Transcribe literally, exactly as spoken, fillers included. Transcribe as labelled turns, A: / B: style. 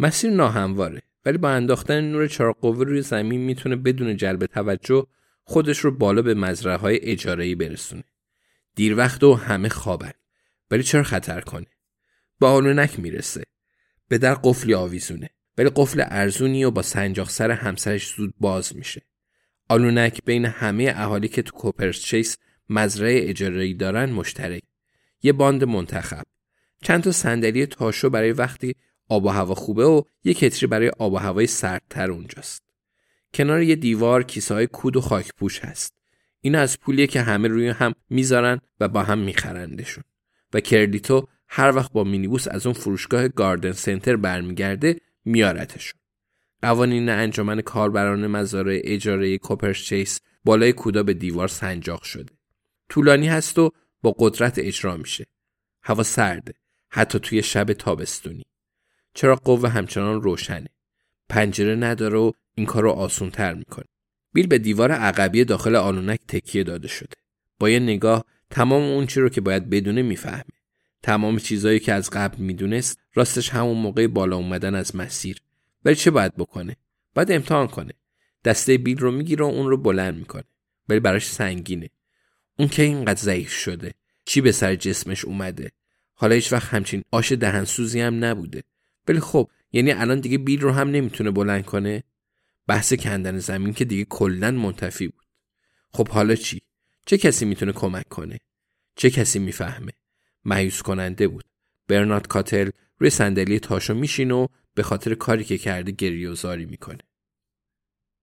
A: مسیر ناهمواره، ولی با انداختن نور چراغ‌قوه روی زمین میتونه بدون جلب توجه خودش رو بالا به مزرعه‌های اجاره‌ای برسونه. دیر وقت و همه خوابن، ولی چرا خطر کنه؟ با آلونک میرسه. به در قفلی آویزونه، ولی قفل ارزونی و با سنجاق سر همسرش زود باز میشه. آلونک بین همه اهالی که تو کوپرچیس مزرعه اجاره‌ای دارن مشترک. یه باند منتخب، چند تا صندلی تاشو برای وقتی آب و هوا خوبه و یه کتری برای آب و هوای سردتر اونجاست. کنار یه دیوار کیسه‌های کود و خاکپوش هست. این از پولیه که همه روی هم میذارن و با هم میخرندشون. و کردیتو هر وقت با مینیبوس از اون فروشگاه گاردن سنتر برمیگرده میارتشون. قوانین انجمن کاربران مزارع اجاره کوپرچیس بالای کودا به دیوار سنجاق شده. طولانی هست و با قدرت اجرا میشه. هوا سرده، حتی توی شب تابستونی. چراغ قوه همچنان روشنه. پنجره نداره و این کار رو آسون تر میکنه. بیل به دیوار عقبی داخل آلونک تکیه داده شده. با یه نگاه تمام اون چی رو که باید بدونه میفهمه. تمام چیزایی که از قبل میدونست راستش همون موقع بالا اومدن از مسیر. ولی چه باید بکنه؟ باید امتحان کنه. دسته بیل رو میگیره و اون رو بلند میکنه. ولی براش سنگینه. اون که اینقدر ضعیف شده. چی به سر جسمش اومده؟ حالا هیچ وقت همچین آش دهنسوزی هم نبوده. ولی خب یعنی الان دیگه بیل رو هم نمیتونه بلند کنه؟ بحث کندن زمین که دیگه کلاً منتفی بود. خب حالا چی؟ چه کسی میتونه کمک کنه؟ چه کسی میفهمه؟ مایوس کننده بود. برنارد کاتل روی صندلی تاشو میشینه و به خاطر کاری که کرده گریه و زاری میکنه.